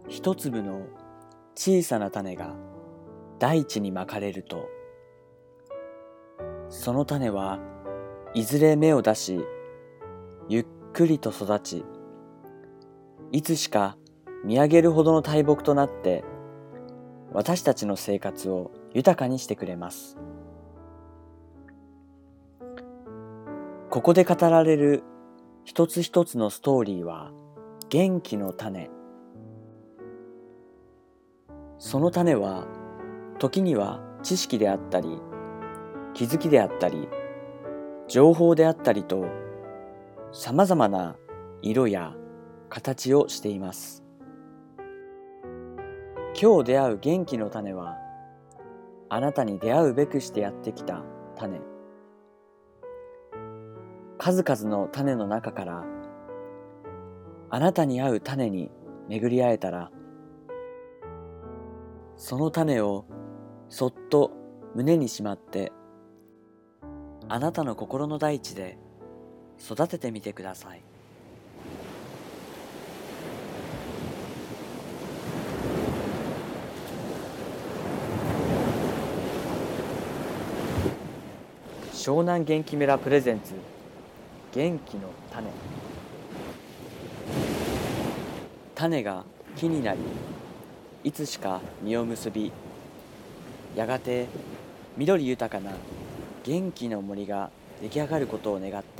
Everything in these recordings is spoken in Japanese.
一粒の小さな種が大地にまかれると、その種はいずれ芽を出し、ゆっくりと育ち、いつしか見上げるほどの大木となって、私たちの生活を豊かにしてくれます。ここで語られる一つ一つのストーリーは元気の種。その種は時には知識であったり、気づきであったり、情報であったりと、さまざまな色や形をしています。今日出会う元気の種は、あなたに出会うべくしてやってきた種。数々の種の中から、あなたに合う種に巡り会えたら、その種をそっと胸にしまって、あなたの心の大地で育ててみてください。湘南元気村プレゼンツ元気の種。種が木になり、いつしか実を結び、やがて緑豊かな元気の森が出来上がることを願って、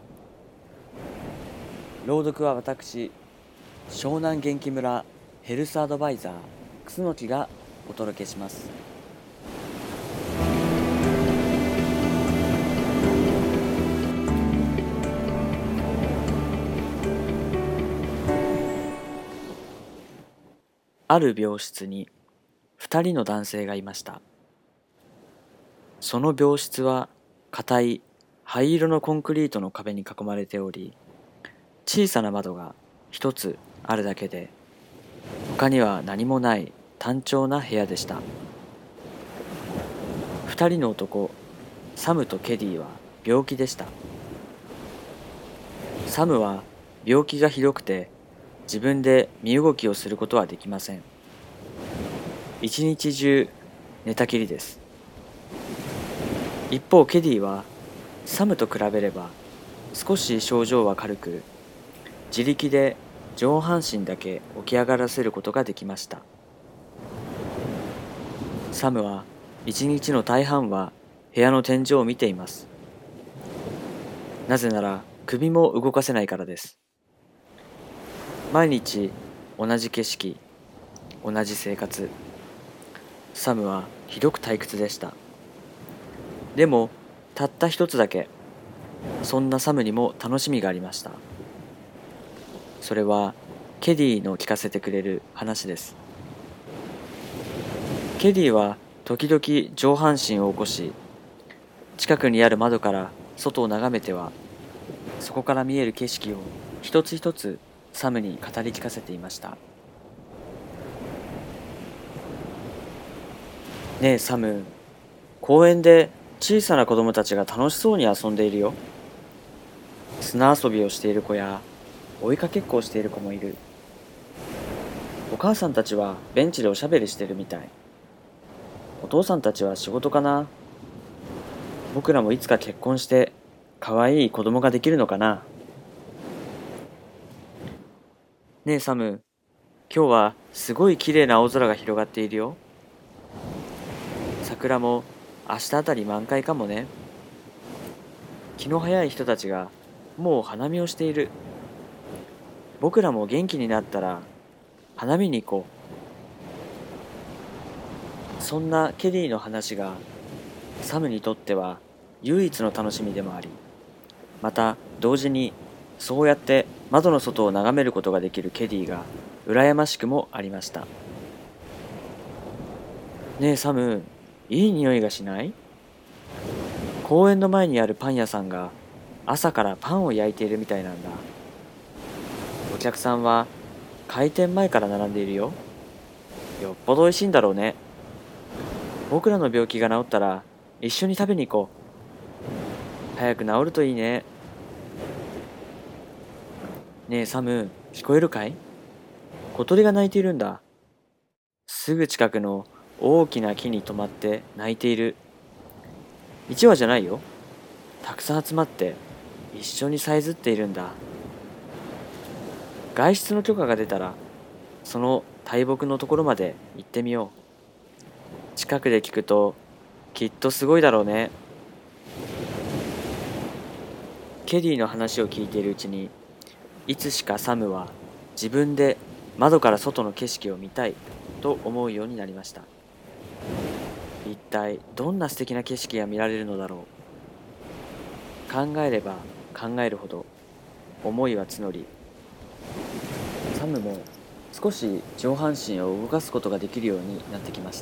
朗読は私、湘南元気村ヘルスアドバイザー楠木がお届けします。ある病室に2人の男性がいました。その病室は硬い灰色のコンクリートの壁に囲まれており、小さな窓が一つあるだけで、他には何もない単調な部屋でした。2人の男、サムとケディは病気でした。サムは病気がひどくて、自分で身動きをすることはできません。一日中寝たきりです。一方ケディはサムと比べれば少し症状は軽く、自力で上半身だけ起き上がらせることができました。サムは一日の大半は部屋の天井を見ています。なぜなら首も動かせないからです。毎日同じ景色、同じ生活。サムはひどく退屈でした。でもたった一つだけ、そんなサムにも楽しみがありました。それはケディの聞かせてくれる話です。ケディは時々上半身を起こし、近くにある窓から外を眺めては、そこから見える景色を一つ一つサムに語り聞かせていました。ねえサム、公園で小さな子供たちが楽しそうに遊んでいるよ。砂遊びをしている子や追いかけっこをしている子もいる。お母さんたちはベンチでおしゃべりしてるみたい。お父さんたちは仕事かな。僕らもいつか結婚して可愛い子供ができるのかな。ねえサム、今日はすごい綺麗な青空が広がっているよ。桜も明日あたり満開かもね。気の早い人たちがもう花見をしている。僕らも元気になったら花見に行こう。そんなケリーの話がサムにとっては唯一の楽しみでもあり、また同時にそうやって窓の外を眺めることができるケディが羨ましくもありました。ねえサム、いい匂いがしない？公園の前にあるパン屋さんが朝からパンを焼いているみたいなんだ。お客さんは開店前から並んでいるよ。よっぽど美味しいんだろうね。僕らの病気が治ったら一緒に食べに行こう。早く治るといいね。ねえサム、聞こえるかい？ 小鳥が鳴いているんだ。すぐ近くの大きな木に止まって鳴いている。一羽じゃないよ。たくさん集まって一緒にさえずっているんだ。外出の許可が出たら、その大木のところまで行ってみよう。近くで聞くと、きっとすごいだろうね。ケリーの話を聞いているうちに、いつしかサムは自分で窓から外の景色を見たいと思うようになりました。一体どんな素敵な景色が見られるのだろう。考えれば考えるほど思いは募り、サムも少し上半身を動かすことができるようになってきました。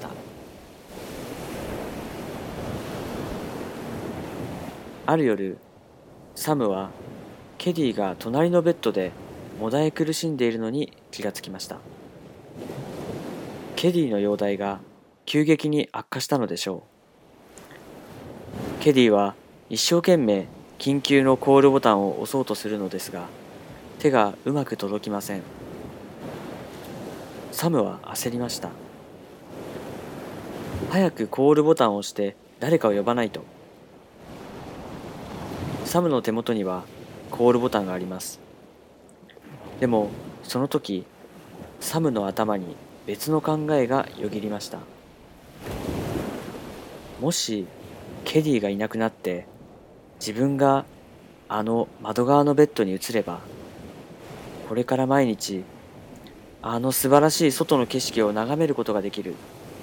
ある夜、サムはケディが隣のベッドでもだえ苦しんでいるのに気がつきました。ケディの容体が急激に悪化したのでしょう。ケディは一生懸命緊急のコールボタンを押そうとするのですが、手がうまく届きません。サムは焦りました。早くコールボタンを押して誰かを呼ばないと。サムの手元にはコールボタンがあります。でも、その時、サムの頭に別の考えがよぎりました。もし、ケディがいなくなって、自分があの窓側のベッドに移れば、これから毎日、あの素晴らしい外の景色を眺めることができる。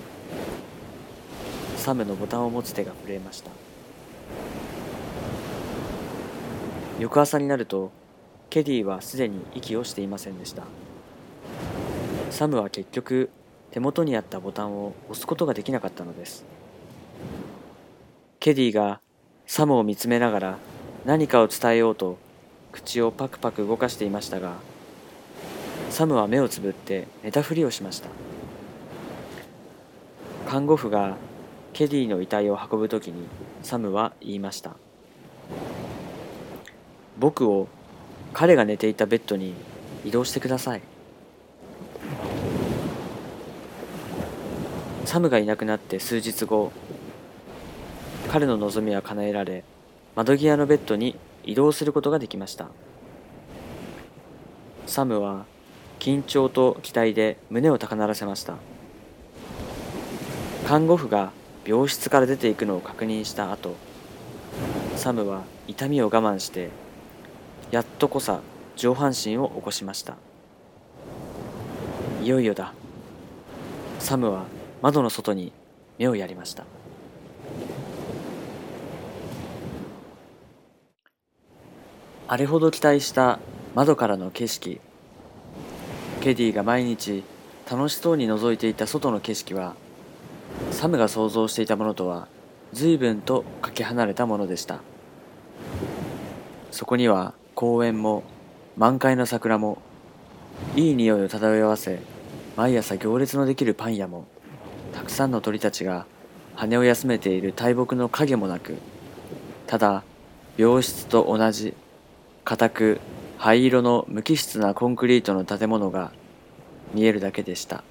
サムのボタンを持つ手が震えました。翌朝になると、ケディはすでに息をしていませんでした。サムは結局、手元にあったボタンを押すことができなかったのです。ケディがサムを見つめながら何かを伝えようと口をパクパク動かしていましたが、サムは目をつぶって寝たふりをしました。看護婦がケディの遺体を運ぶときにサムは言いました。僕を彼が寝ていたベッドに移動してください。サムがいなくなって数日後、彼の望みは叶えられ、窓際のベッドに移動することができました。サムは緊張と期待で胸を高鳴らせました。看護婦が病室から出ていくのを確認した後、サムは痛みを我慢して、やっとこさ上半身を起こしました。いよいよだ。サムは窓の外に目をやりました。あれほど期待した窓からの景色。ケディが毎日楽しそうに覗いていた外の景色は、サムが想像していたものとは随分とかけ離れたものでした。そこには公園も満開の桜もいい匂いを漂わせ、毎朝行列のできるパン屋も、たくさんの鳥たちが羽を休めている大木の影もなく、ただ病室と同じ硬く灰色の無機質なコンクリートの建物が見えるだけでした。